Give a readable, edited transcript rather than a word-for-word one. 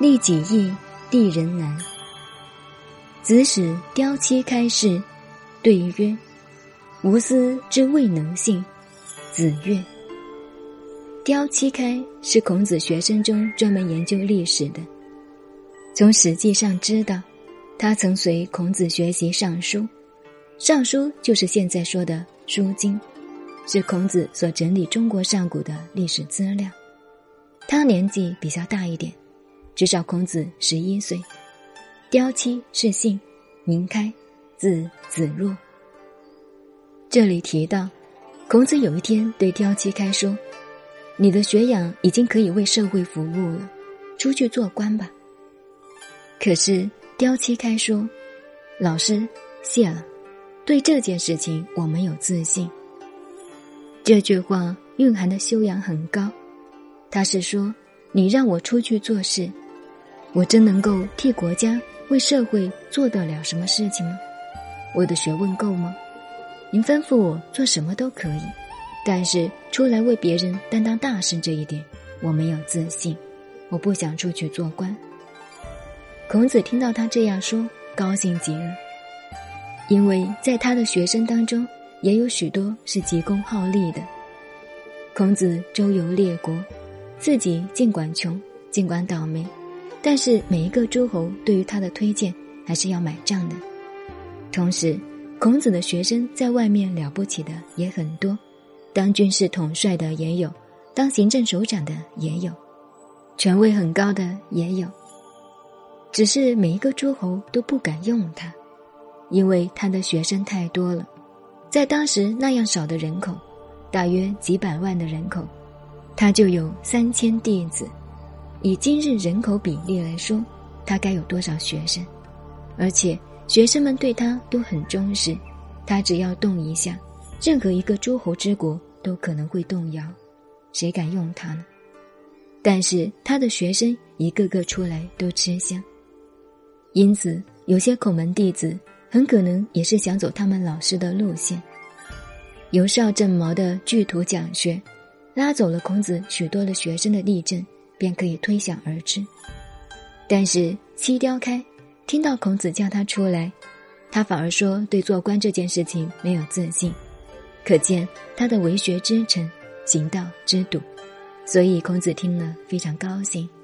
利己易，利人难。子使雕漆开示，对曰：吾思之未能信。子曰：雕漆开是孔子学生中专门研究历史的。从史记上知道，他曾随孔子学习尚书，尚书就是现在说的书经，是孔子所整理中国上古的历史资料。他年纪比较大一点，至少孔子11岁。雕漆是姓，名开，字子若。这里提到，孔子有一天对雕漆开说：你的学养已经可以为社会服务了，出去做官吧。可是雕漆开说：老师，谢了，对这件事情我没有自信。这句话蕴含的修养很高，他是说，你让我出去做事，我真能够替国家为社会做得了什么事情吗？我的学问够吗？您吩咐我做什么都可以，但是出来为别人担当大事这一点，我没有自信，我不想出去做官。孔子听到他这样说，高兴极了，因为在他的学生当中也有许多是急功好利的。孔子周游列国，自己尽管穷，尽管倒霉，但是每一个诸侯对于他的推荐还是要买账的。同时，孔子的学生在外面了不起的也很多，当军事统帅的也有，当行政首长的也有，权位很高的也有。只是每一个诸侯都不敢用他，因为他的学生太多了。在当时那样少的人口，大约几百万的人口，他就有3000弟子。以今日人口比例来说，他该有多少学生？而且学生们对他都很忠实，他只要动一下，任何一个诸侯之国都可能会动摇，谁敢用他呢？但是他的学生一个个出来都吃香，因此有些孔门弟子很可能也是想走他们老师的路线。由少正毛的巨图讲学，拉走了孔子许多的学生的例证，便可以推想而知。但是漆雕开听到孔子叫他出来，他反而说对做官这件事情没有自信，可见他的为学之诚，行道之笃，所以孔子听了非常高兴。